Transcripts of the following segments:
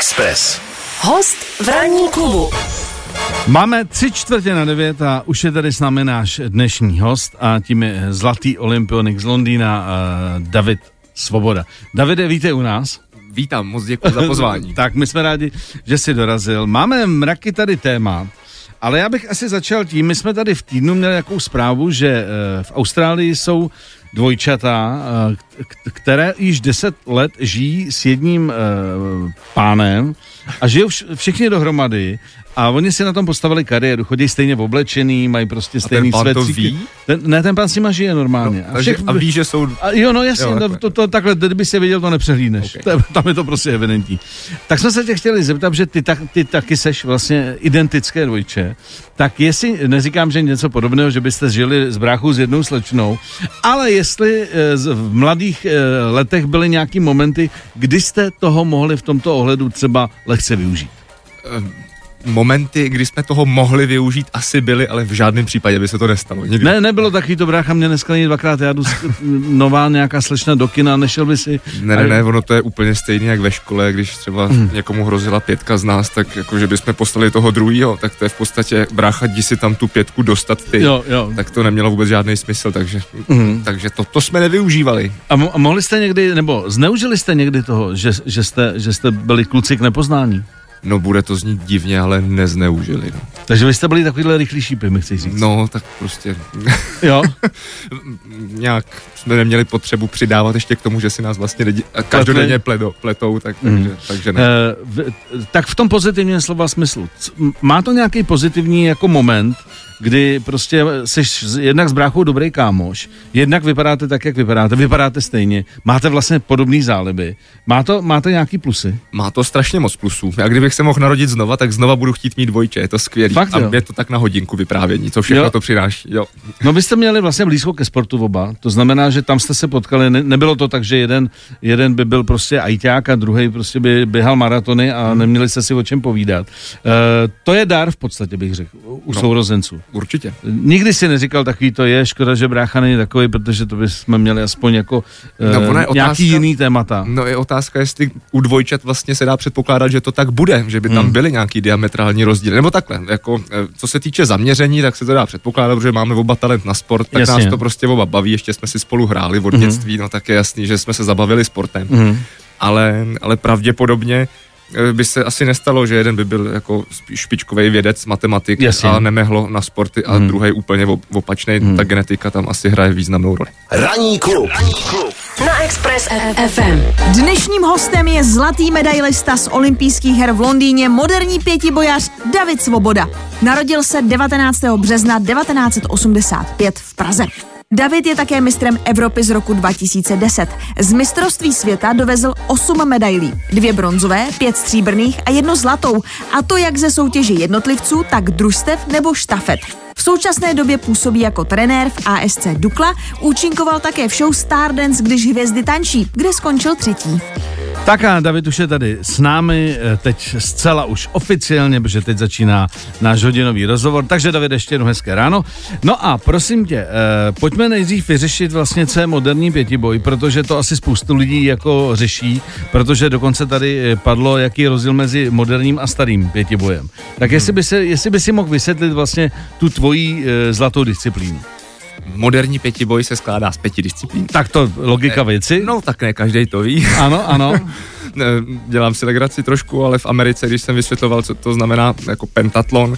Express. Host v ranní klubu. Máme 8:45 a už je tady s námi náš dnešní host a tím je zlatý olympionik z Londýna David Svoboda. Davide, vítej u nás. Vítám, moc děkuji za pozvání. Tak my jsme rádi, že jsi dorazil. Máme mraky tady témat, ale já bych asi začal tím, my jsme tady v týdnu měli jakou zprávu, že v Austrálii jsou dvojčata, které již 10 let žijí s jedním pánem a žijou všichni dohromady a oni si na tom postavili kariéru, chodí stejně oblečený, mají prostě stejný svetříky. Ten pán s nima žije normálně. No, a ví, že jsou... Jo, jasně, jo, takhle, kdyby si viděl, to nepřehlídneš. Okay. Tam je to prostě evidentní. Tak jsme se tě chtěli zeptat, že ty taky seš vlastně identické dvojče, tak jestli, neříkám, že něco podobného, že byste žili s bráchou s jednou slečnou, ale jestli v mladých letech byly nějaký momenty, kdy jste toho mohli v tomto ohledu třeba lehce využít? Momenty, kdy jsme toho mohli využít, asi byly, ale v žádném případě by se to nestalo. Nikdy. Ne, nebylo takový to, brácha mě dneska dvakrát, já jdu nová nějaká slečna do kina, nešel by si... Ne, ono to je úplně stejné jak ve škole, když třeba někomu hrozila 5 z nás, tak jako, že bychom poslali toho druhýho, tak to je v podstatě, brácha, jdi si tam tu 5 dostat ty. Jo. Tak to nemělo vůbec žádný smysl, takže to jsme nevyužívali. A mohli jste někdy, nebo zneužili jste někdy toho, že jste byli kluci k nepoznání? No, bude to znít divně, ale nezneužili. No. Takže vy jste byli takovýhle rychlý šípy, mi chci říct. No, tak prostě... Jo? Nějak jsme neměli potřebu přidávat ještě k tomu, že si nás vlastně každodenně pletou, takže ne. Tak v tom pozitivním slova smyslu. Má to nějaký pozitivní jako moment, kdy prostě jsi jednak s bráchou dobrý kámoš, jednak vypadáte tak, jak vypadáte stejně, máte vlastně podobný záliby. Máte nějaký plusy? Má to strašně moc plusů. Já kdybych se mohl narodit znova, tak znova budu chtít mít dvojče, je to skvělý. Fakt, a je to tak na hodinku vyprávění, co všechno to přináší. Jo. No vy jste měli vlastně blízko ke sportu oba, to znamená, že tam jste se potkali, nebylo to tak, že jeden by byl prostě ajťák a druhý prostě by běhal maratony a neměli jste si o čem povídat. To je dar v podstatě, bych řekl, u sourozenců. Určitě. Nikdy si neříkal takový to je, škoda, že brácha není takový, protože to bychom měli aspoň jako nějaký jiný témata. No je otázka, jestli u dvojčat vlastně se dá předpokládat, že to tak bude, že by tam byly nějaký diametrální rozdíly. Nebo takhle, jako co se týče zaměření, tak se to dá předpokládat, protože máme oba talent na sport, tak nás to prostě oba baví, ještě jsme si spolu hráli od dětství, no tak je jasný, že jsme se zabavili sportem. Ale pravděpodobně by se asi nestalo, že jeden by byl jako špičkový vědec, matematik a nemehlo na sporty a druhý úplně opačnej. Ta genetika tam asi hraje významnou roli. Ranní klub. Na Express FM. Dnešním hostem je zlatý medailista z olympijských her v Londýně, moderní pětibojař David Svoboda. Narodil se 19. března 1985 v Praze. David je také mistrem Evropy z roku 2010. Z mistrovství světa dovezl 8 medailí, 2 bronzové, 5 stříbrných a 1 zlatou. A to jak ze soutěže jednotlivců, tak družstev nebo štafet. V současné době působí jako trenér v ASC Dukla, účinkoval také v show Stardance, když hvězdy tančí, kde skončil 3. Tak a David už je tady s námi, teď zcela už oficiálně, protože teď začíná náš hodinový rozhovor, takže David, ještě jednou hezké ráno. No a prosím tě, pojďme nejdřív vyřešit vlastně, co je moderní pětiboj, protože to asi spoustu lidí jako řeší, protože dokonce tady padlo, jaký je rozdíl mezi moderním a starým pětibojem. Tak jestli by si mohl vysvětlit vlastně tu tvoji zlatou disciplínu. Moderní pětiboj se skládá z 5 disciplín. Tak to logika věci. No tak ne, každej to ví. Ano. Dělám si legraci trošku, ale v Americe, když jsem vysvětloval, co to znamená jako pentatlon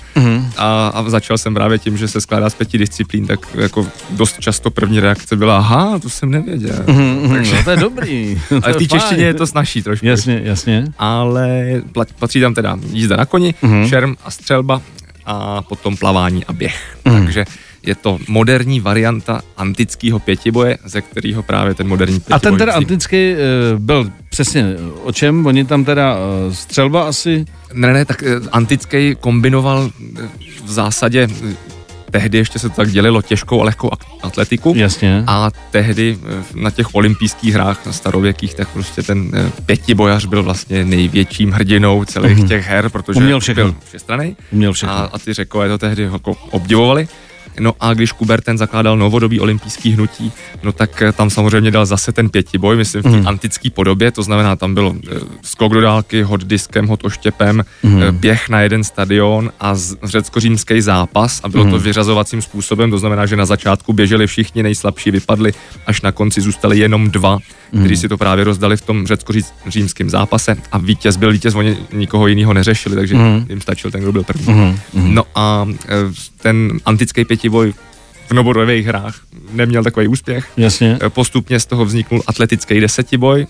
a začal jsem právě tím, že se skládá z 5 disciplín, tak jako dost často první reakce byla, aha, to jsem nevěděl. Takže, no, to je dobrý. Ale v té češtině je to snazší trošku. Jasně. Ale patří tam teda jízda na koni, šerm a střelba a potom plavání a běh. Takže je to moderní varianta antického pětiboje, ze kterého právě ten moderní pětiboj... A ten teda antický byl přesně o čem? Oni tam teda střelba asi... Ne, tak antický kombinoval v zásadě... Tehdy ještě se to tak dělilo těžkou a lehkou atletiku. Jasně. A tehdy na těch olympijských hrách, na starověkých, tak prostě ten pětibojař byl vlastně největším hrdinou celých těch her, protože byl všestranný. A ty Řekové to tehdy jako obdivovali. No a když Coubertin zakládal novodobý olympijský hnutí, no tak tam samozřejmě dal zase ten pětiboj, myslím v té antické podobě, to znamená, tam bylo skok do dálky, hod diskem, hod oštěpem, běh na jeden stadion a řecko-římský zápas a bylo to vyřazovacím způsobem, to znamená, že na začátku běželi všichni, nejslabší vypadli, až na konci zůstali jenom dva, kteří si to právě rozdali v tom řecko-římském zápase a vítěz byl vítěz, oni nikoho jiného neřešili, takže jim stačil ten, kdo byl první. No a ten antický pětiboj v novodobých hrách neměl takový úspěch. Jasně. Postupně z toho vzniknul atletický desetiboj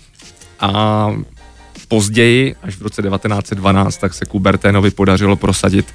a později, až v roce 1912, tak se Coubertinovi podařilo prosadit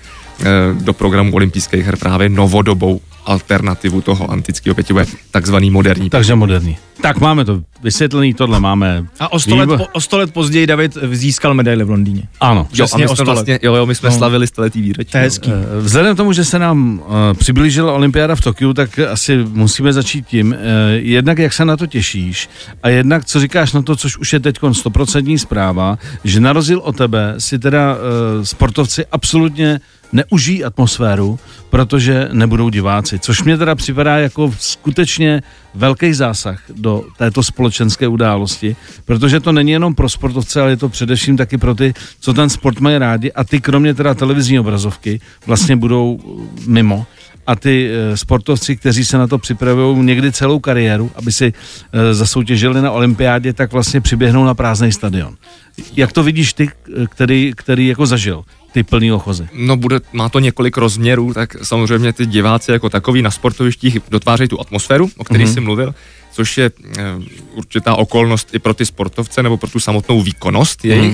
do programu olympijských her právě novodobou alternativu toho antického pětiboje, takzvaný moderní. Takže moderní. Tak máme to vysvětlený, tohle máme. A o 100 let později David získal medaili v Londýně. Ano. Jo, a my jsme slavili 100letý výročí. To je hezký. Vzhledem k tomu, že se nám přiblížila olympiáda v Tokiu, tak asi musíme začít tím, jednak jak se na to těšíš a jednak co říkáš na to, což už je teď 100% zpráva, že na rozdíl od tebe si teda sportovci absolutně neužijí atmosféru, protože nebudou diváci, což mě teda připadá jako skutečně velký zásah do této společenské události, protože to není jenom pro sportovce, ale je to především taky pro ty, co ten sport mají rádi a ty kromě teda televizní obrazovky vlastně budou mimo. A ty sportovci, kteří se na to připravují někdy celou kariéru, aby si zasoutěžili na olympiádě, tak vlastně přiběhnou na prázdný stadion. Jak to vidíš ty, který jako zažil ty plný ochozy? No má to několik rozměrů, tak samozřejmě ty diváci jako takový na sportovištích dotvářejí tu atmosféru, o které jsi mluvil, což je určitá okolnost i pro ty sportovce nebo pro tu samotnou výkonnost jejich.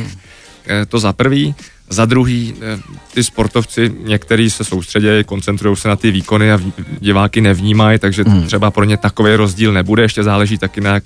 To za prvý. Za druhý, ty sportovci, někteří se soustředějí, koncentrují se na ty výkony a diváky nevnímají, takže třeba pro ně takový rozdíl nebude, ještě záleží taky na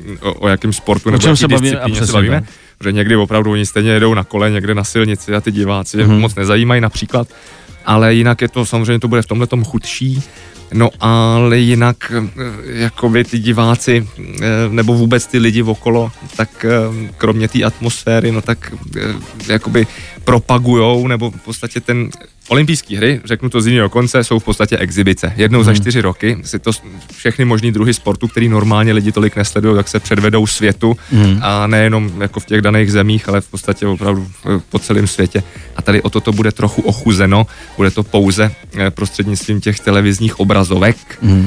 o jakém sportu nebo jaký disciplíně se bavíme. Protože někdy opravdu oni stejně jedou na kole, někde na silnici a ty diváci moc nezajímají například, ale jinak je to samozřejmě, to bude v tomhletom chudší. No ale jinak jakoby ty diváci nebo vůbec ty lidi okolo, tak kromě té atmosféry, no tak jakoby propagujou, nebo v podstatě ten olympijské hry, řeknu to z jiného konce, jsou v podstatě exibice. Jednou za 4 roky si to všechny možný druhy sportu, který normálně lidi tolik nesledují, tak se předvedou světu a nejenom jako v těch daných zemích, ale v podstatě opravdu po celém světě. A tady o toto bude trochu ochuzeno, bude to pouze prostřednictvím těch televizních obrazovek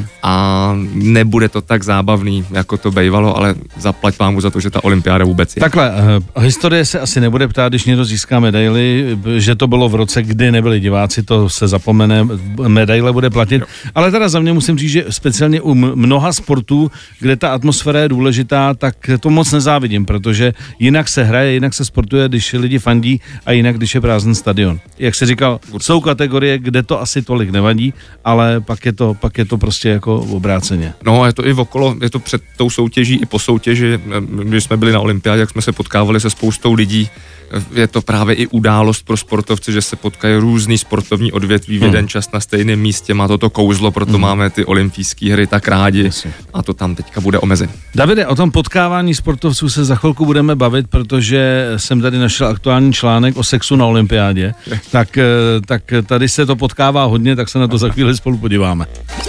a nebude to tak zábavný, jako to bývalo, ale zaplať pámu za to, že ta olympiáda vůbec je. Takhle, historie se asi nebude ptát, když někdo získá medaili, že to bylo v roce, kdy nebyli diváci, to se zapomene, medaile bude platit, ale teda za mě musím říct, že speciálně u mnoha sportů, kde ta atmosféra je důležitá, tak to moc nezávidím, protože jinak se hraje, jinak se sportuje, když lidi fandí a jinak, když je prázdný stadion. Jak jsi říkal, jsou kategorie, kde to asi tolik nevadí, ale pak je to prostě jako obráceně. No, je to i okolo, je to před tou soutěží i po soutěži, když jsme byli na olympiádě, jak jsme se potkávali se spoustou lidí, je to právě i událost pro sportovce, že se potkají různý sportovní odvětví v jeden čas na stejném místě, má to kouzlo, proto máme ty olympijské hry tak rádi a to tam teďka bude omezen. Davide, o tom potkávání sportovců se za chvilku budeme bavit, protože jsem tady našel aktuální článek o sexu na olympiádě, tak tady se to potkává hodně, tak se na to za chvíli spolu podíváme.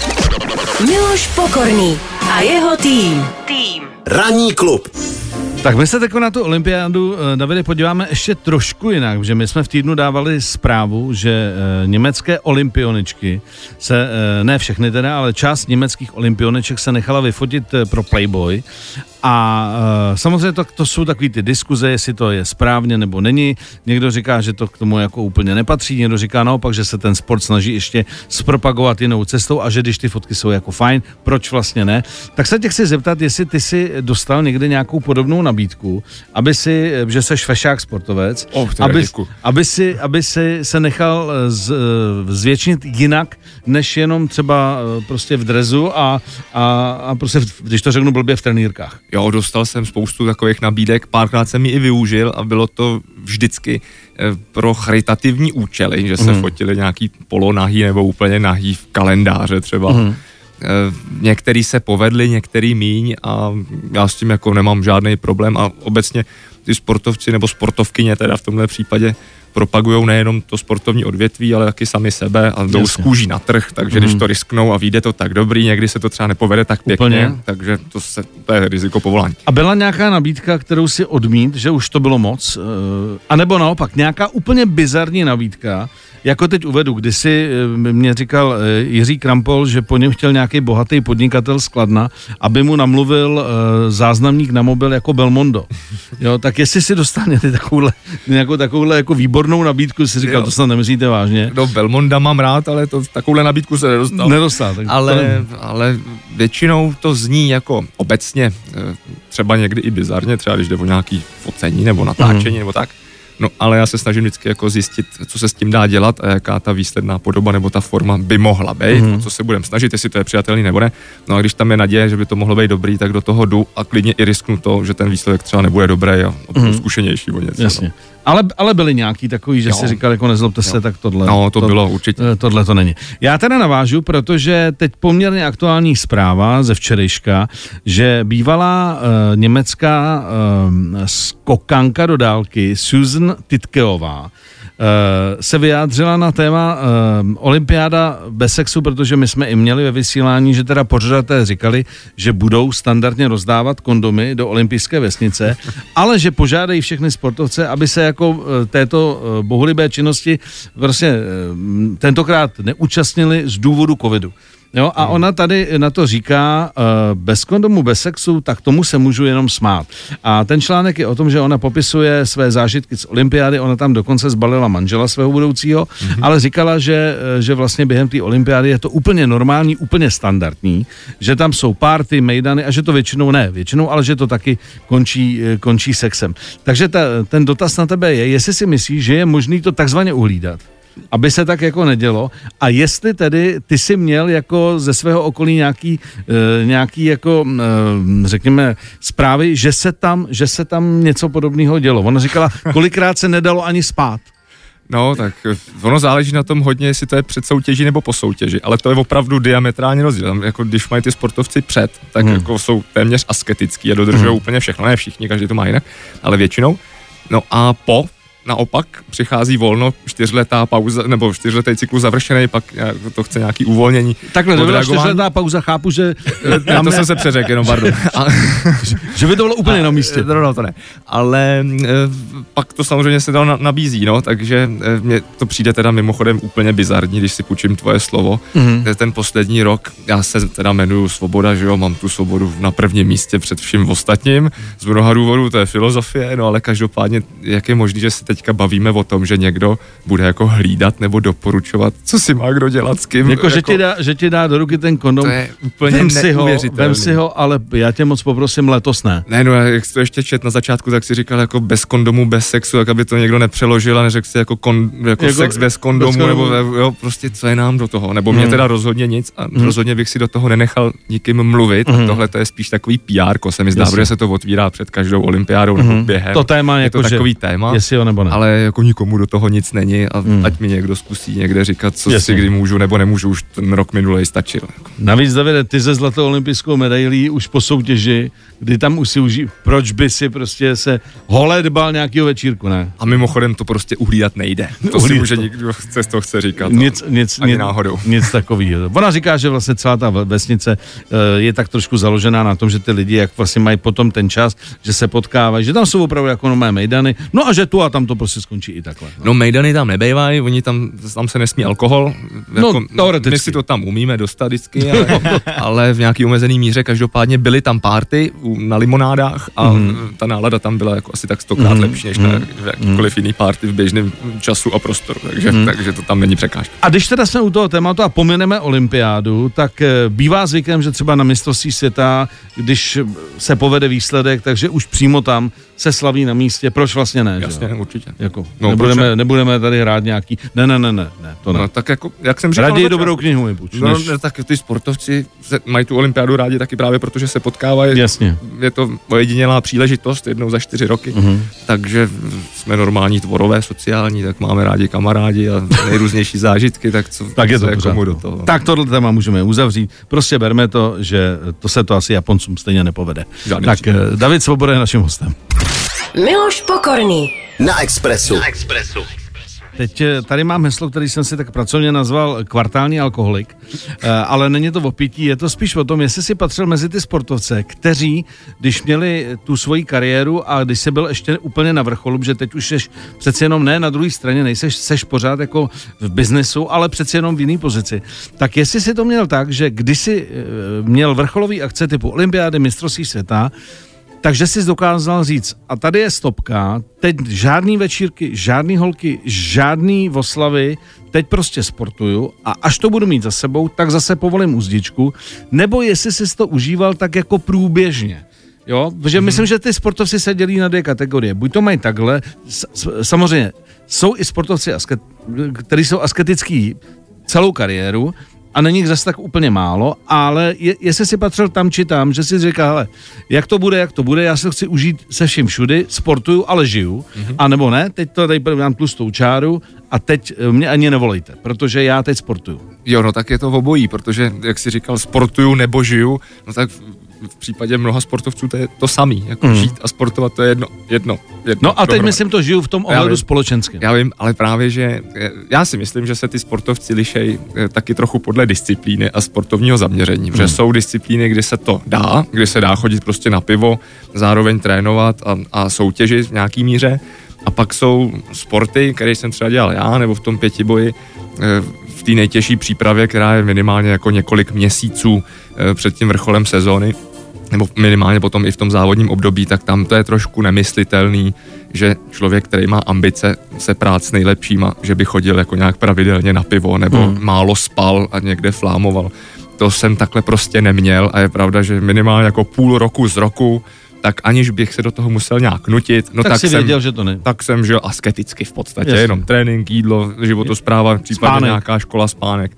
Miloš Pokorný a jeho tým. Ranní klub. Tak my se teď na tu olympiádu, Davide, podíváme ještě trošku jinak, že my jsme v týdnu dávali zprávu, že německé olympioničky se, ne všechny teda, ale část německých olympioniček se nechala vyfotit pro Playboy a samozřejmě to jsou takový ty diskuze, jestli to je správně nebo není. Někdo říká, že to k tomu jako úplně nepatří, někdo říká naopak, že se ten sport snaží ještě zpropagovat jinou cestou a že když ty fotky jsou jako fajn, proč vlastně ne? Tak se tě chci zeptat, jestli ty si dostal někdy nějakou podobnou nabídku, že seš fešák sportovec, aby si se nechal zvětšnit jinak, než jenom třeba prostě v drezu a prostě, když to řeknu blbě, v trenýrkách. Jo, dostal jsem spoustu takových nabídek, párkrát jsem ji i využil a bylo to vždycky pro charitativní účely, že se fotili nějaký polonahý nebo úplně nahý v kalendáře třeba. Některý se povedli, některý míň a já s tím jako nemám žádný problém a obecně ty sportovci nebo sportovkyně teda v tomhle případě propagujou nejenom to sportovní odvětví, ale taky sami sebe a jdou z kůží na trh, takže když to risknou a vyjde to tak dobrý, někdy se to třeba nepovede tak pěkně, takže to je riziko povolání. A byla nějaká nabídka, kterou si odmít, že už to bylo moc, anebo naopak nějaká úplně bizarní nabídka, jako teď uvedu, kdysi mě říkal Jiří Krampol, že po něm chtěl nějaký bohatý podnikatel z Kladna, aby mu namluvil záznamník na mobil jako Belmondo. Jo, tak jestli si dostal takovouhle jako výbornou nabídku, si říkal, to snad nemyslíte vážně. Do Belmonda mám rád, ale takovouhle nabídku se nedostal. Ale většinou to zní jako obecně, třeba někdy i bizarně, třeba když jde o nějaký focení nebo natáčení nebo tak. No, ale já se snažím vždycky jako zjistit, co se s tím dá dělat a jaká ta výsledná podoba nebo ta forma by mohla být, co se budeme snažit, jestli to je přijatelný nebo ne. No a když tam je naděje, že by to mohlo být dobrý, tak do toho jdu a klidně i risknu to, že ten výsledek třeba nebude dobrý a zkušenější o něco. Jasně. Ale byli nějaký takový, že si říkal, jako nezlobte se, tak tohle. No, to bylo určitě. Tohle to není. Já teda navážu, protože teď poměrně aktuální zpráva ze včerejška, že bývalá německá skokanka do dálky Susan Titkeová se vyjádřila na téma olympiáda bez sexu, protože my jsme i měli ve vysílání, že teda pořadatelé říkali, že budou standardně rozdávat kondomy do olympijské vesnice, ale že požádají všechny sportovce, aby se jako této bohulibé činnosti prostě tentokrát neúčastnili z důvodu covidu. Jo, a ona tady na to říká, bez kondomu, bez sexu, tak tomu se můžu jenom smát. A ten článek je o tom, že ona popisuje své zážitky z olympiády, ona tam dokonce zbalila manžela svého budoucího, ale říkala, že vlastně během té olympiády je to úplně normální, úplně standardní, že tam jsou party, mejdany a že to většinou, ale že to taky končí sexem. Takže ten dotaz na tebe je, jestli si myslíš, že je možný to takzvaně uhlídat, aby se tak jako nedělo, a jestli tedy ty jsi měl jako ze svého okolí nějaký jako řekněme zprávy, že se tam něco podobného dělo. Ona říkala, kolikrát se nedalo ani spát. No, tak ono záleží na tom hodně, jestli to je před soutěží nebo po soutěži, ale to je opravdu diametrální rozdíl. Tam, jako když mají ty sportovci před, tak jako jsou téměř asketický a dodržují úplně všechno, ne všichni, každý to má jinak, ale většinou. No a naopak přichází volno, 4letá pauza, nebo 4letý cyklus završený, pak to chce nějaký uvolnění. Takhle, dobrá 4letá pauza, chápu, že... to jsem se přeřekl, jenom pardon. Že by to bylo úplně na místě. No, to ne. Ale pak to samozřejmě se dalo nabízí, no, takže mně to přijde teda mimochodem úplně bizarní, když si půjčím tvoje slovo. Ten poslední rok, já se teda jmenuju Svoboda, že jo, mám tu svobodu na prvním místě před vším ostatním, z mnoha důvodů, to je filozofie, no ale každopádně, jak je možný, že se teďka bavíme o tom, že někdo bude jako hlídat nebo doporučovat, co si má kdo dělat s kým. Jako, že ti dá do ruky ten kondom, to je úplně vem si ho, ale já tě moc poprosím, letos ne. Ne, no jak jsi to ještě čet na začátku, tak si říkal jako bez kondomu, bez sexu, tak aby to někdo nepřeložil a neřekl si jako sex bez kondomu, nebo jo, prostě co je nám do toho, nebo mě teda rozhodně nic a rozhodně bych si do toho nenechal nikým mluvit a tohle to je spíš takový PR, se mi zdá, protože se to otvírá před každou olympiádou nebo během. To téma je to takový téma. Jestli jo nebo ne. Ale jako nikomu do toho nic není a ať mi někdo zkusí někde říkat, co si kdy můžu nebo nemůžu, už ten rok minulej stačil. Navíc, Davide, ty ze zlatou olympijskou medailí už po soutěži, kdy tam už si proč by si prostě se hole dbal nějakýho večírku, ne? A mimochodem to prostě uhlídat nejde. To si může někdo chce říkat. Ani náhodou. Nic takového. Ona říká, že vlastně celá ta vesnice je tak trošku založená na tom, že ty lidi, jak vlastně mají potom ten čas, že se potkávají, že tam jsou opravdu jako nové mejdany, no a že tu a tam to prostě skončí i takhle. No mejdany tam nebejvají, oni tam se nesmí alkohol. Jako, teoreticky. My si to tam umíme dostat vždycky, ale v nějaký omezený míře každopádně byly tam party na limonádách a ta nálada tam byla jako asi tak 100krát lepší, než na jakýkoliv jiný party v běžném času a prostoru, takže to tam není překážka. A když teda jsme u toho tématu a pomineme olympiádu, tak bývá zvykem, že třeba na mistrovství světa, když se povede výsledek, takže už přímo tam se slaví na místě. Proč vlastně ne? Jasně, určitě. Jako, nebudeme tady hrát nějaký... Ne, to ne. No, tak jako, jak jsem říkal... Raději dobrou knihu vypuč. No, tak ty sportovci mají tu olympiádu rádi taky právě, protože se potkávají. Jasně. Je to ojedinělá příležitost jednou za 4 roky, takže jsme normální tvorové, sociální, tak máme rádi kamarádi a nejrůznější zážitky, tak co tak je to komu do toho. Tak tohle téma můžeme uzavřít. Prostě berme to, že to asi Japoncům stejně nepovede. Tak David Svoboda je naším hostem. Miloš Pokorný na Expressu. teď tady mám heslo, který jsem si tak pracovně nazval kvartální alkoholik, ale není to o pití, je to spíš o tom, jestli si patřil mezi ty sportovce, kteří, když měli tu svoji kariéru a když se byl ještě úplně na vrcholu, že teď už seš přeci jenom ne na druhé straně, seš pořád jako v biznesu, ale přeci jenom v jiný pozici. Tak jestli si to měl tak, že když si měl vrcholový akce typu olympiády, mistrovství světa, takže jsi dokázal říct, a tady je stopka, teď žádný večírky, žádný holky, žádný oslavy, teď prostě sportuju a až to budu mít za sebou, tak zase povolím uzdičku, nebo jestli jsi to užíval tak jako průběžně. Jo, protože myslím, že ty sportovci se dělí na dvě kategorie. Buď to mají takhle, samozřejmě jsou i sportovci, kteří jsou asketický celou kariéru, a není jich zase tak úplně málo, ale jestli si patřil tam či tam, že si říká, hele, jak to bude, já se to chci užít se vším všudy, sportuju, ale žiju, a nebo ne, teď to tady mám tlustou čáru a teď mě ani nevolejte, protože já teď sportuju. Jo, no tak je to obojí, protože, jak jsi říkal, sportuju nebo žiju, no tak v případě mnoha sportovců to je to samý, jako žít a sportovat to je jedno. No a teď myslím to žiju v tom ohledu společenském. Já vím, ale právě, že já si myslím, že se ty sportovci lišejí taky trochu podle disciplíny a sportovního zaměření, protože jsou disciplíny, kde se to dá, kde se dá chodit prostě na pivo, zároveň trénovat a soutěžit v nějaký míře, a pak jsou sporty, které jsem třeba dělal já, nebo v tom pětiboji, v té nejtěžší přípravě, která je minimálně jako několik měsíců před tím vrcholem sezóny, nebo minimálně potom i v tom závodním období, tak tam to je trošku nemyslitelný, že člověk, který má ambice se prát s nejlepšíma, že by chodil jako nějak pravidelně na pivo, nebo málo spal a někde flámoval. To jsem takhle prostě neměl a je pravda, že minimálně jako půl roku z roku, tak aniž bych se do toho musel nějak nutit, no tak jsem věděl, že to ne. Tak jsem žil asketicky v podstatě, jenom trénink, jídlo, životospráva, případně nějaká škola, spánek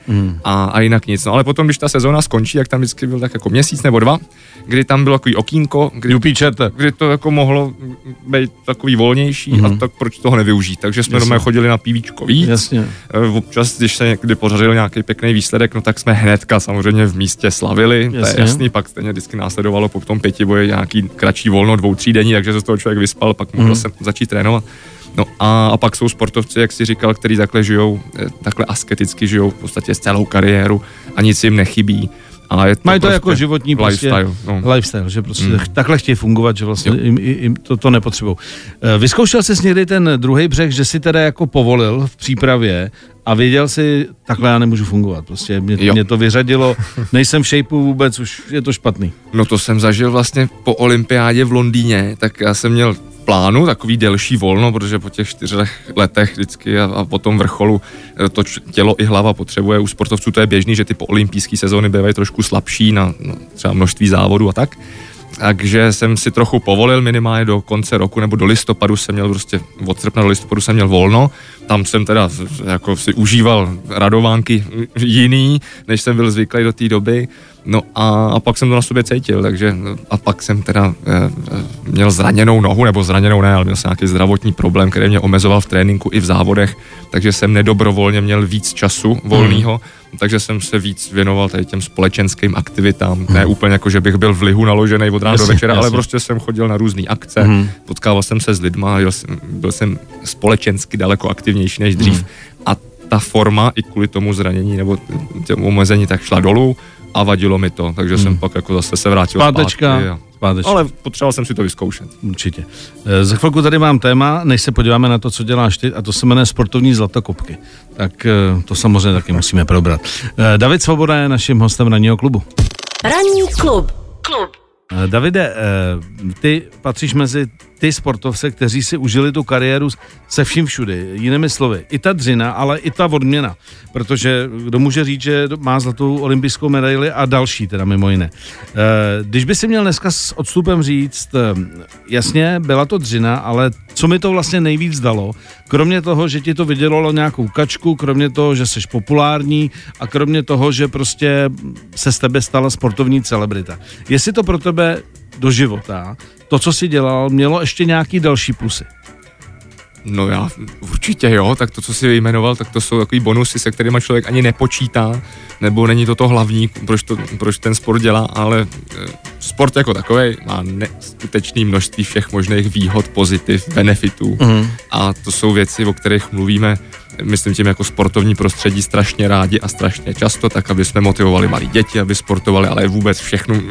a jinak nic. No ale potom, když ta sezóna skončí, tak tam vždycky byl tak jako měsíc nebo dva, kdy tam bylo takový okýnko, kdy to jako mohlo být takový volnější a tak proč toho nevyužít. Takže jsme doma chodili na pivíčko víc. Jasně. Občas, když se někdy pořadil nějaký pěkný výsledek, no tak jsme hnedka samozřejmě v místě slavili. To je jasný, pak stejně vždycky následovalo po tom pětiboji nějaký kratší volno 2-3 denní, takže se z toho člověk vyspal, pak mohl se začít trénovat. No a pak jsou sportovci, jak jsi říkal, kteří takhle žijou, takhle asketicky žijou v podstatě celou kariéru a nic jim nechybí. Mají to prostě jako životní lifestyle, že prostě takhle chtějí fungovat, že vlastně jim to nepotřebují. Vyzkoušel jsi někdy ten druhý břeh, že si teda jako povolil v přípravě a věděl si, takhle já nemůžu fungovat, prostě mě to vyřadilo, nejsem v shapeu vůbec, už je to špatný. No to jsem zažil vlastně po olympiádě v Londýně, tak já jsem měl plánu takový delší volno, protože po těch 4 letech vždycky a po tom vrcholu to tělo i hlava potřebuje. U sportovců to je běžný, že ty po olympijské sezóny bývají trošku slabší na třeba množství závodů a tak. Takže jsem si trochu povolil minimálně do konce roku nebo do listopadu jsem měl prostě, od srpna do listopadu jsem měl volno. Tam jsem teda jako si užíval radovánky jiný, než jsem byl zvyklý do té doby. No a pak jsem to na sobě cítil, takže a pak jsem teda měl zraněnou nohu, nebo zraněnou ne, ale měl jsem nějaký zdravotní problém, který mě omezoval v tréninku i v závodech, takže jsem nedobrovolně měl víc času volného, takže jsem se víc věnoval tady těm společenským aktivitám, ne úplně jako, že bych byl v lihu naložený od rána do večera, ale prostě jsem chodil na různé akce, potkával jsem se s lidma, byl jsem společensky daleko aktivnější než dřív a ta forma i kvůli tomu zranění nebo těm omezení tak šla dolů a vadilo mi to, takže jsem pak jako zase se vrátil zpátky. Ale potřeboval jsem si to vyzkoušet. Určitě. Za chvilku tady mám téma, než se podíváme na to, co děláš ty, a to se jmenuje sportovní zlatokopky. Tak to samozřejmě taky musíme probrat. David Svoboda je naším hostem Ranního klubu. Ranní klub. Davide, ty patříš mezi ty sportovce, kteří si užili tu kariéru se vším všudy. Jinými slovy, i ta dřina, ale i ta odměna. Protože kdo může říct, že má zlatou olympijskou medaili a další teda mimo jiné. Když by si měl dneska s odstupem říct, jasně, byla to dřina, ale co mi to vlastně nejvíc dalo, kromě toho, že ti to vydělalo nějakou kačku, kromě toho, že jsi populární a kromě toho, že prostě se z tebe stala sportovní celebrita. Jestli to pro tebe do života, to, co jsi dělal, mělo ještě nějaký další plusy? No já určitě jo, tak to, co jsi vyjmenoval, tak to jsou takový bonusy, se kterýma člověk ani nepočítá, nebo není to hlavní, proč ten sport dělá, ale sport jako takovej má neskutečné množství všech možných výhod, pozitiv, benefitů a to jsou věci, o kterých mluvíme myslím tím jako sportovní prostředí, strašně rádi a strašně často, tak aby jsme motivovali malí děti, aby sportovali, ale vůbec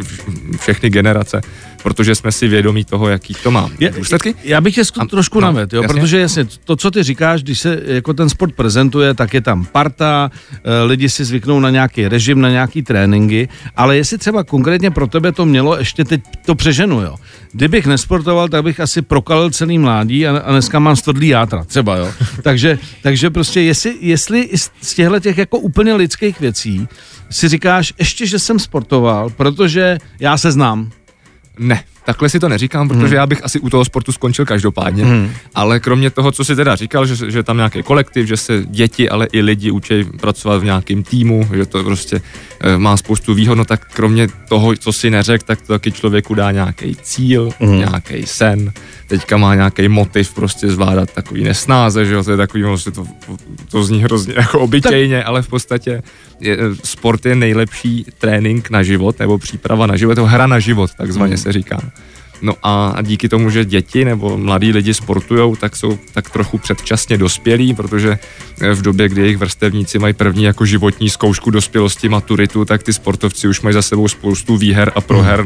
všechny generace, protože jsme si vědomí toho, jaký to má důsledky. Já bych tě trošku navedl, jo, protože jasně, to, co ty říkáš, když se jako ten sport prezentuje, tak je tam parta, lidi si zvyknou na nějaký režim, na nějaký tréninky, ale jestli třeba konkrétně pro tebe to mělo, ještě teď to přeženu, jo. Kdybych nesportoval, tak bych asi prokalil celý mládí a dneska mám stvrdlý játra, třeba, jo. Takže prostě jestli z těch jako úplně lidských věcí si říkáš ještě, že jsem sportoval, protože já se znám. Ne, takhle si to neříkám, protože já bych asi u toho sportu skončil každopádně, ale kromě toho, co si teda říkal, že tam nějaký kolektiv, že se děti, ale i lidi učí pracovat v nějakém týmu, že to prostě má spoustu výhod, no tak kromě toho, co si neřekl, tak to taky člověku dá nějaký cíl, nějaký sen, teďka má nějaký motiv prostě zvládat takový nesnáze, že jo, to je takový, vlastně to zní hrozně jako obyčejně, ale v podstatě sport je nejlepší trénink na život, nebo příprava na život, to hra na život, takzvaně se říká. No a díky tomu, že děti nebo mladí lidi sportujou, tak jsou tak trochu předčasně dospělí, protože v době, kdy jejich vrstevníci mají první jako životní zkoušku dospělosti, maturitu, tak ty sportovci už mají za sebou spoustu výher a proher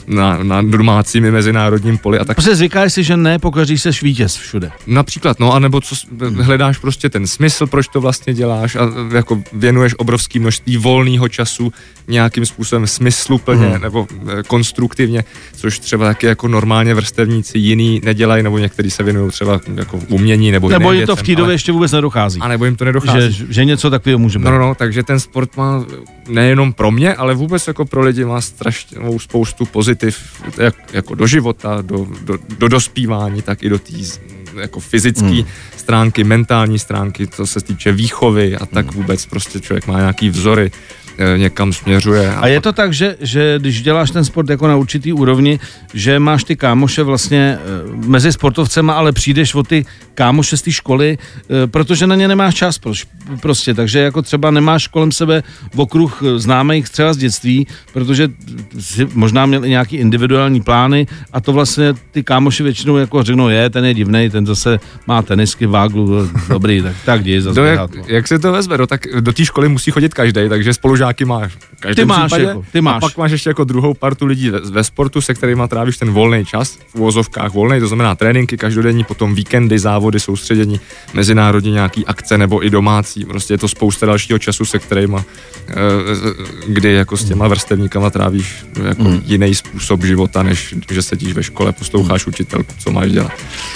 na domácím i mezinárodním poli. A tak. Prostě zvykáš si, že ne, pokažíš se vítěz všude. Například, no, anebo hledáš prostě ten smysl, proč to vlastně děláš a jako věnuješ obrovské množství volného času nějakým způsobem smysluplně nebo konstruktivně, což třeba taky jako normálně vrstevníci jiný nedělají, nebo někteří se věnují třeba jako umění nebo jiné věcem. Nebo jim to v té době ještě vůbec nedochází. A nebo jim to nedochází. Že něco takového může být. No, takže ten sport má nejenom pro mě, ale vůbec jako pro lidi má strašnou spoustu pozitiv, jako do života, do dospívání, tak i do té jako fyzické stránky, mentální stránky, co se týče výchovy a tak vůbec prostě člověk má nějaký vzory, někam směřuje. A je to tak, že když děláš ten sport jako na určitý úrovni, že máš ty kámoše vlastně mezi sportovcema, ale přijdeš o ty kámoše z té školy, protože na ně nemáš čas prostě, takže jako třeba nemáš kolem sebe okruh známých třeba z dětství, protože si možná měl i nějaký individuální plány a to vlastně ty kámoši většinou jako řeknou, ten je divnej, ten zase má tenisky, váglu, dobrý, tak děj zase. Jak se to vezme, tak do té školy musí chodit každý, takže spolužáky máš v každém případě. Ty máš. A pak máš ještě jako druhou partu lidí ve sportu, se kterými trávíš ten volný čas, v uvozovkách volný, to znamená tréninky každodenní, potom víkendy, závody, soustředění, mezinárodní nějaký akce nebo i domácí. Prostě je to spousta dalšího času, se kterýma, kdy jako s těma vrstevníkama trávíš jako jiný způsob života, než že sedíš ve škole, posloucháš učitelku, co máš dělat.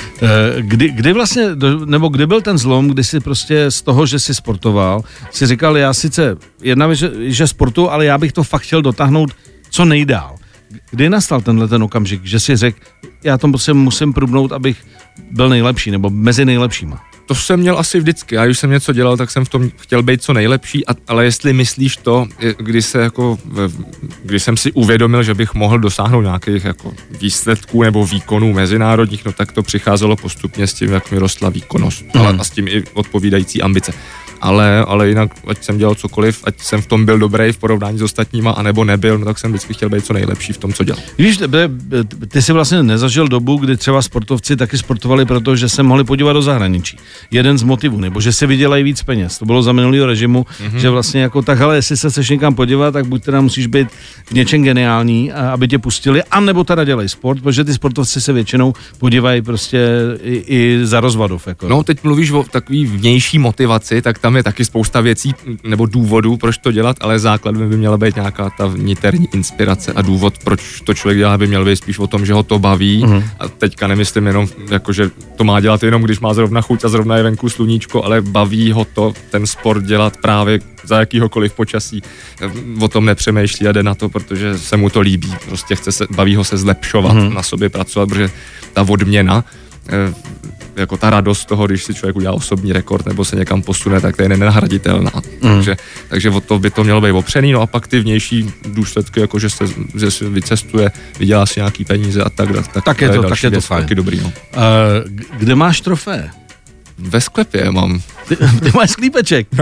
Kdy vlastně, nebo kdy byl ten zlom, kdy si prostě z toho, že jsi sportoval, si říkal, já sice jedna věc, že sportuju, ale já bych to fakt chtěl dotáhnout co nejdál. Kdy nastal ten okamžik, že si řekl, já to musím průbnout, abych byl nejlepší, nebo mezi nejlepšíma? To jsem měl asi vždycky. Já když jsem něco dělal, tak jsem v tom chtěl být co nejlepší, ale jestli myslíš to, když jsem si uvědomil, že bych mohl dosáhnout nějakých jako výsledků nebo výkonů mezinárodních, no tak to přicházelo postupně s tím, jak mi rostla výkonnost, a s tím i odpovídající ambice. Ale jinak, ať jsem dělal cokoliv, ať jsem v tom byl dobrý v porovnání s ostatníma, anebo nebyl, no tak jsem vždycky chtěl být co nejlepší v tom, co dělal. Víš, ty jsi vlastně nezažil dobu, kdy třeba sportovci taky sportovali, protože se mohli podívat do zahraničí. Jeden z motivů, nebo že si vydělají víc peněz. To bylo za minulého režimu, že vlastně jako tak, ale jestli se chceš někam podívat, tak buď teda musíš být v něčem geniální, aby tě pustili, anebo teda dělej sport, protože ty sportovci se většinou podívají prostě i za rozvadov. Jako. No, teď mluvíš o takový vnější motivaci, tak tam je taky spousta věcí nebo důvodů, proč to dělat, ale základem by měla být nějaká ta vnitřní inspirace a důvod, proč to člověk dělá, by měl být spíš o tom, že ho to baví. A teďka nemyslím jenom, jako, že to má dělat jenom, když má zrovna chuť a zrovna je venku sluníčko, ale baví ho to ten sport dělat právě za jakýhokoliv počasí. O tom nepřemýšlí a jde na to, protože se mu to líbí. Prostě baví ho se zlepšovat, na sobě pracovat, protože ta odměna, jako ta radost toho, když si člověk udělá osobní rekord nebo se někam posune, tak to je nenahraditelná. Takže o to by to mělo být opřený, no a pak ty vnější důsledky, jako že se vycestuje, vydělá si nějaký peníze a tak je to fajn. Taky dobrý, no. Kde máš trofé? Ve sklepě mám. Ty máš sklípeček? No.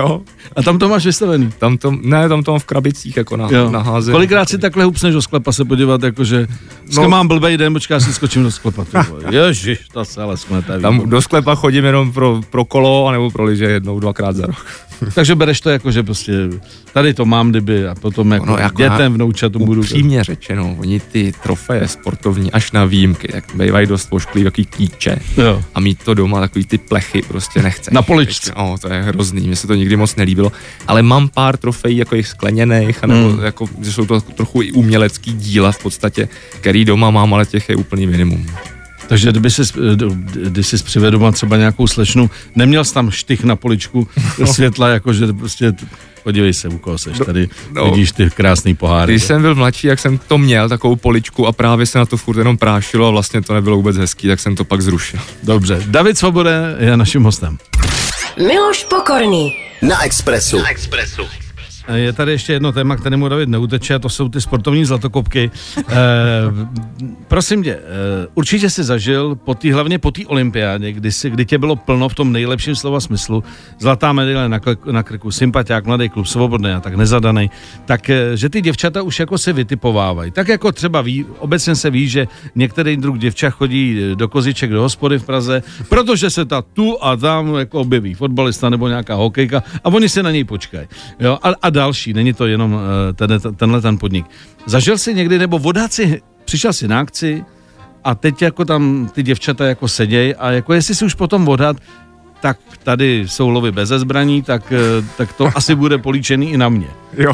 A tam to máš vystavený? Tam to mám v krabicích jako na háze. Kolikrát si takhle hupsneš do sklepa se podívat, jakože mám blbej den, počká si skočím do sklepa. Ježiš, to se ale smete. Tam do sklepa chodím jenom pro kolo, anebo pro lyže 1-2krát za rok. Takže bereš to jako, že prostě tady to mám, kdyby a potom jako dětem, vnoučatům budu. Upřímně řečeno, oni ty trofeje sportovní až na výjimky, jak bývají dost ošklivý, jaký klíče a mít to doma, takový ty plechy prostě nechceš. Na poličce. To je hrozný, mně se to nikdy moc nelíbilo, ale mám pár trofejí jako jich skleněných, anebo jako, že jsou to trochu i umělecký díla v podstatě, který doma mám, ale těch je úplný minimum. Takže když jsi přivedl doma třeba nějakou slečnu, neměl jsi tam štych na poličku světla, jakože prostě podívej se, u koho seš, tady vidíš ty krásný poháry. Když jsem byl mladší, jak jsem to měl, takovou poličku a právě se na to furt jenom prášilo a vlastně to nebylo vůbec hezký, tak jsem to pak zrušil. Dobře, David Svoboda je naším hostem. Miloš Pokorný. Na Expressu. Je tady ještě jedno téma, kterému David neuteče, a to jsou ty sportovní zlatokopky. Prosím tě, určitě jsi zažil hlavně po té olympiádě, kdy tě bylo plno v tom nejlepším slova smyslu, zlatá medaile na krku, sympatiák, mladý klub, svobodný a tak nezadaný, tak že ty děvčata už jako se vytipovávají. Tak jako třeba obecně se ví, že některý druh děvčat chodí do koziček do hospody v Praze, protože se ta tu a tam jako objeví fotbalista nebo nějaká hokejka a oni se na něj počkají. Jo? A další, není to jenom tenhle podnik. Zažil jsi někdy, nebo přišel jsi na akci a teď jako tam ty děvčata jako seděj a jako jestli si už potom odhad, tak tady jsou lovy beze zbraní, tak to asi bude políčený i na mě. Jo,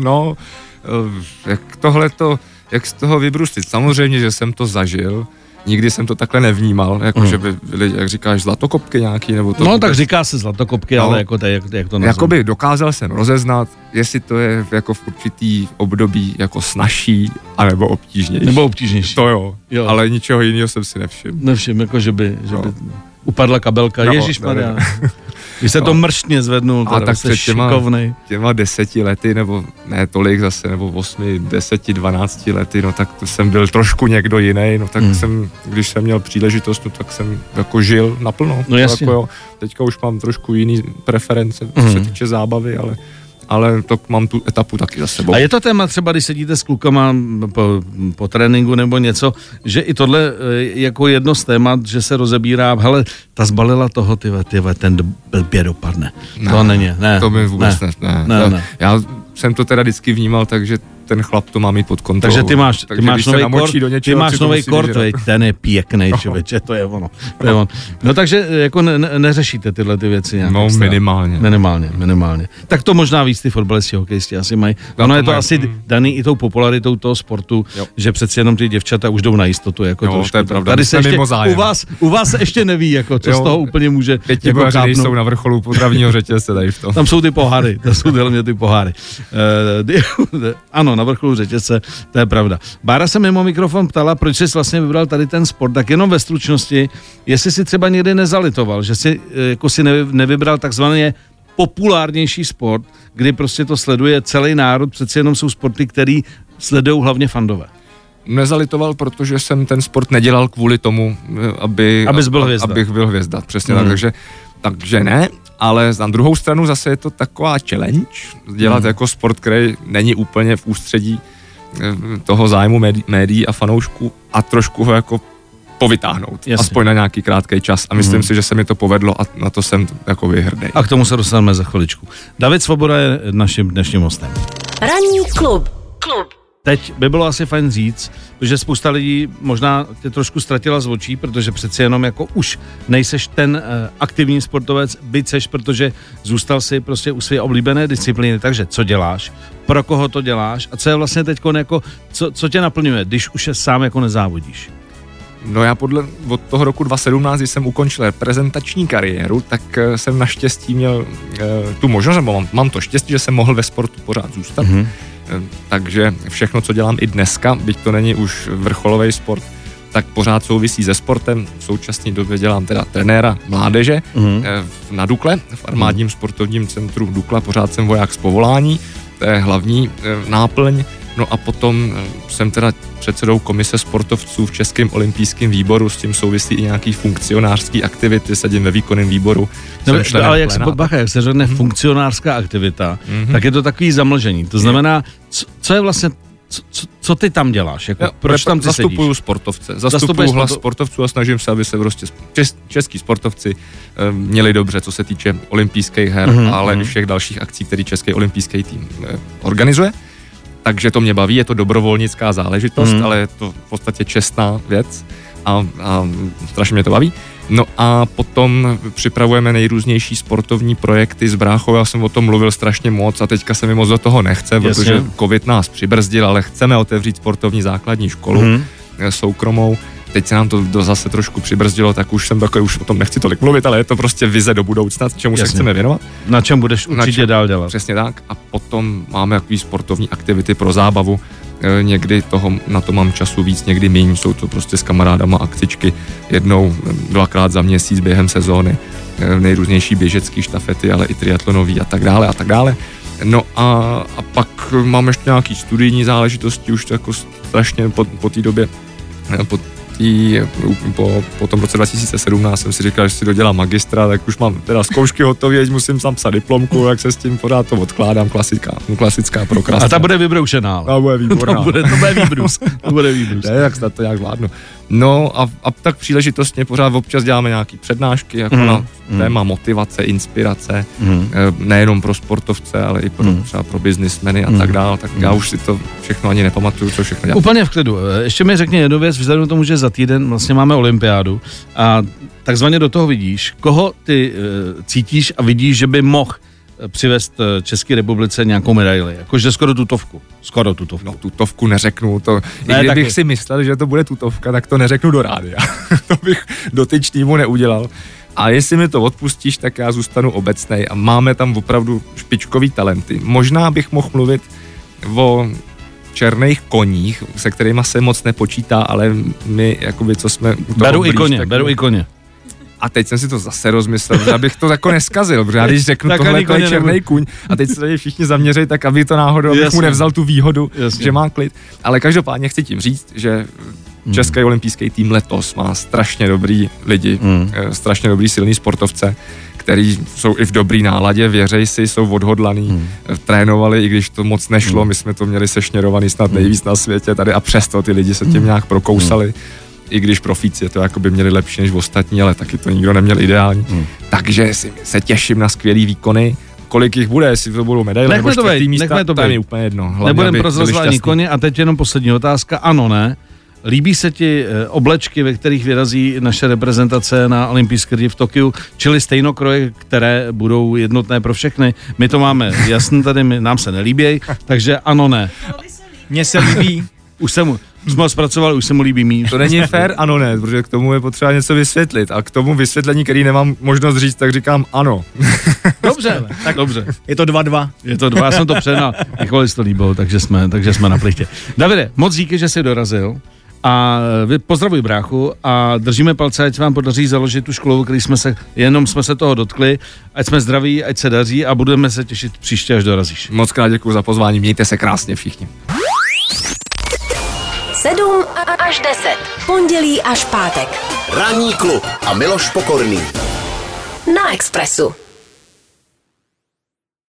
jak z toho vybrustit? Samozřejmě, že jsem to zažil, nikdy jsem to takhle nevnímal, jako že by byly, jak říkáš, zlatokopky nějaký, nebo to... No vůbec... tak říká se zlatokopky, ale jako jak to nazvám. Jakoby dokázal jsem rozeznat, jestli to je jako v určitý období jako snazší, anebo obtížnější. Nebo obtížnější. To jo. Ale ničeho jiného jsem si nevšiml. Nevšiml, jako že by upadla kabelka. Ježišmarja. Když se to mrštně zvednul, a tak jsi šikovnej. Těma 10 lety, nebo ne tolik zase, nebo 8, 10, 12 lety, no tak to jsem byl trošku někdo jiný, no tak jsem, když jsem měl příležitost, no, tak jsem jako žil naplno. No jasně. Jako, teďka už mám trošku jiný preference, co se týče zábavy, ale to mám tu etapu taky za sebou. A je to téma třeba, když sedíte s klukama po tréninku nebo něco, že i tohle jako jedno z témat, že se rozebírá, hele, ta zbalila toho, ten blbě dopadne. Ne, to není, ne. To mi vůbec ne. Já jsem to teda vždycky vnímal, takže ten chlap to má mít pod kontrolou. Takže ty máš nový kort, ten je pěkný, člověče, to je ono. No takže jako neřešíte tyhle ty věci nějak. No minimálně. Tak to možná víc ty fotbalisti, hokejisti asi mají. Ono je to asi daný i tou popularitou toho sportu, že přeci jenom ty děvčata už jdou na jistotu. Jako trošku. To je pravda. Tady se ještě, u vás se ještě neví, jako, co z toho úplně může. Pětibojaři jsou na vrcholu potravního řetězce tady v tom. Tam jsou ty poháry, ty poháry. Ano, na vrcholu řetězce, to je pravda. Bára se mimo mikrofon ptala, proč jsi vlastně vybral tady ten sport, tak jenom ve stručnosti, jestli si třeba někdy nezalitoval, že si jako si nevybral takzvaně populárnější sport, kdy prostě to sleduje celý národ, přeci jenom jsou sporty, který sledují hlavně fandové. Nezalitoval, protože jsem ten sport nedělal kvůli tomu, abych byl hvězda. Přesně tak, takže ne, ale na druhou stranu zase je to taková challenge, dělat jako sport, který není úplně v ústředí toho zájmu médií a fanoušků a trošku ho jako povytáhnout. Jasně. Aspoň na nějaký krátký čas. A myslím si, že se mi to povedlo a na to jsem jako hrdý. A k tomu se dostaneme za chviličku. David Svoboda je naším dnešním hostem. Ranní klub. Teď by bylo asi fajn říct, že spousta lidí možná tě trošku ztratila z očí, protože přeci jenom jako už nejseš ten aktivní sportovec, byť seš, protože zůstal si prostě u své oblíbené disciplíny. Takže co děláš, pro koho to děláš a co je vlastně teď jako, co tě naplňuje, když už je sám jako nezávodíš? No já od toho roku 2017, když jsem ukončil reprezentační kariéru, tak jsem naštěstí měl tu možnost, mám to štěstí, že jsem mohl ve sportu pořád zůstat. Takže všechno, co dělám i dneska, byť to není už vrcholový sport, tak pořád souvisí se sportem. V současné době dělám teda trenéra mládeže na Dukle, v armádním sportovním centru Dukla, pořád jsem voják z povolání, to je hlavní náplň. No a potom jsem teda předsedou komise sportovců v Českém olympijském výboru, s tím souvisí i nějaký funkcionářský aktivity, sedím ve výkonném výboru. Ale jak se řekne funkcionářská aktivita, tak je to takový zamlžení. To znamená, co je vlastně, co ty tam děláš? Jako, proč tam ty zastupuju sedíš? Sportovce. Zastupuju hlas sportovců a snažím se, aby se prostě český sportovci měli dobře, co se týče olympijských her, ale i všech dalších akcí, které Český olympijský tým organizuje. Takže to mě baví, je to dobrovolnická záležitost, ale je to v podstatě čestná věc a strašně mě to baví. No a potom připravujeme nejrůznější sportovní projekty s bráchou, já jsem o tom mluvil strašně moc a teďka se mi moc do toho nechce, protože covid nás přibrzdil, ale chceme otevřít sportovní základní školu soukromou. Teď se nám to zase trošku přibrzdilo, tak už jsem takový, už o tom nechci tolik mluvit, ale je to prostě vize do budoucna, čemu se chceme věnovat. Na čem budeš určitě dál dělat. Přesně tak. A potom máme takový sportovní aktivity pro zábavu. Někdy na to mám času víc, někdy méně. Jsou to prostě s kamarádama akcičky jednou, dvakrát za měsíc během sezóny. Nejrůznější běžecký štafety, ale i triatlonový a tak dále a tak dále. No a pak mám ještě nějaký studijní záležitosti, už to jako strašně po té době, po tom roce 2017 jsem si říkal, že si dodělám magistra, tak už mám teda zkoušky hotové, musím tam psat diplomku, jak se s tím pořád to odkládám, klasická prokrastinace. A ta bude vybroušená. Ta bude výborná. To bude výbrus. To bude výbrus. Ne, jak to nějak vládnu. No a tak příležitostně pořád občas děláme nějaký přednášky, jako na téma motivace, inspirace, nejenom pro sportovce, ale i třeba pro biznismeny a tak dále. Tak já už si to všechno ani nepamatuju, co všechno dělám. Úplně v klidu. Ještě mi řekni jednu věc, vzhledem k tomu, že za týden vlastně máme olympiádu a takzvaně do toho vidíš, koho ty cítíš a vidíš, že by mohl přivést České republice nějakou medaili, jakože skoro tutovku. No tutovku neřeknu, i kdybych si myslel, že to bude tutovka, tak to neřeknu do rádia. To bych dotyčnýmu neudělal. A jestli mi to odpustíš, tak já zůstanu obecnej a máme tam opravdu špičkový talenty. Možná bych mohl mluvit o černých koních, se kterýma se moc nepočítá, ale my, jakoby, co jsme u toho beru i koně. A teď jsem si to zase rozmyslel, že abych to jako neskazil, protože já když řeknu tohle to je černý kuň a teď se tady všichni zaměří, tak aby to náhodou, abych mu nevzal tu výhodu, že má klid. Ale každopádně chci tím říct, že Český olympijský tým letos má strašně dobrý lidi, strašně dobrý silný sportovce, který jsou i v dobrý náladě, věřej si, jsou odhodlaný, trénovali, i když to moc nešlo, my jsme to měli sešněrovaný snad nejvíc na světě tady a přesto ty lidi se tím nějak prokousali. I když profíci to jako by měli lepší než ostatní, ale taky to nikdo neměl ideální. Takže se těším na skvělý výkony. Kolik jich bude, jestli to budou medaile nebo čtvrtý místa, to je úplně jedno. Nebudeme prozrazovat ani koně a teď jenom poslední otázka. Ano, ne? Líbí se ti oblečky, ve kterých vyrazí naše reprezentace na olympijské hry v Tokiu, čili stejnokroje, které budou jednotné pro všechny? My to máme jasný tady, nám se nelíbí, takže ano, ne. Mně se líbí. Už jsme ho zpracovali, už se mu líbí míň. To není fér, ano ne, protože k tomu je potřeba něco vysvětlit a k tomu vysvětlení, který nemám možnost říct, tak říkám ano. Dobře, tak dobře. Je to 2-2. Je to 2, já jsem to přenal. Nikoli to líbilo, takže jsme na plichtě. Davide, moc díky, že jsi dorazil. A vy pozdravuj bráchu a držíme palce, ať vám podaří založit tu školu, který jsme se toho dotkli, ať jsme zdraví, ať se daří a budeme se těšit příště, až dorazíš. Moc krát děkuji za pozvání, mějte se krásně všichni. 7 až 10. Pondělí až pátek. Ranní klub a Miloš Pokorný. Na Expressu.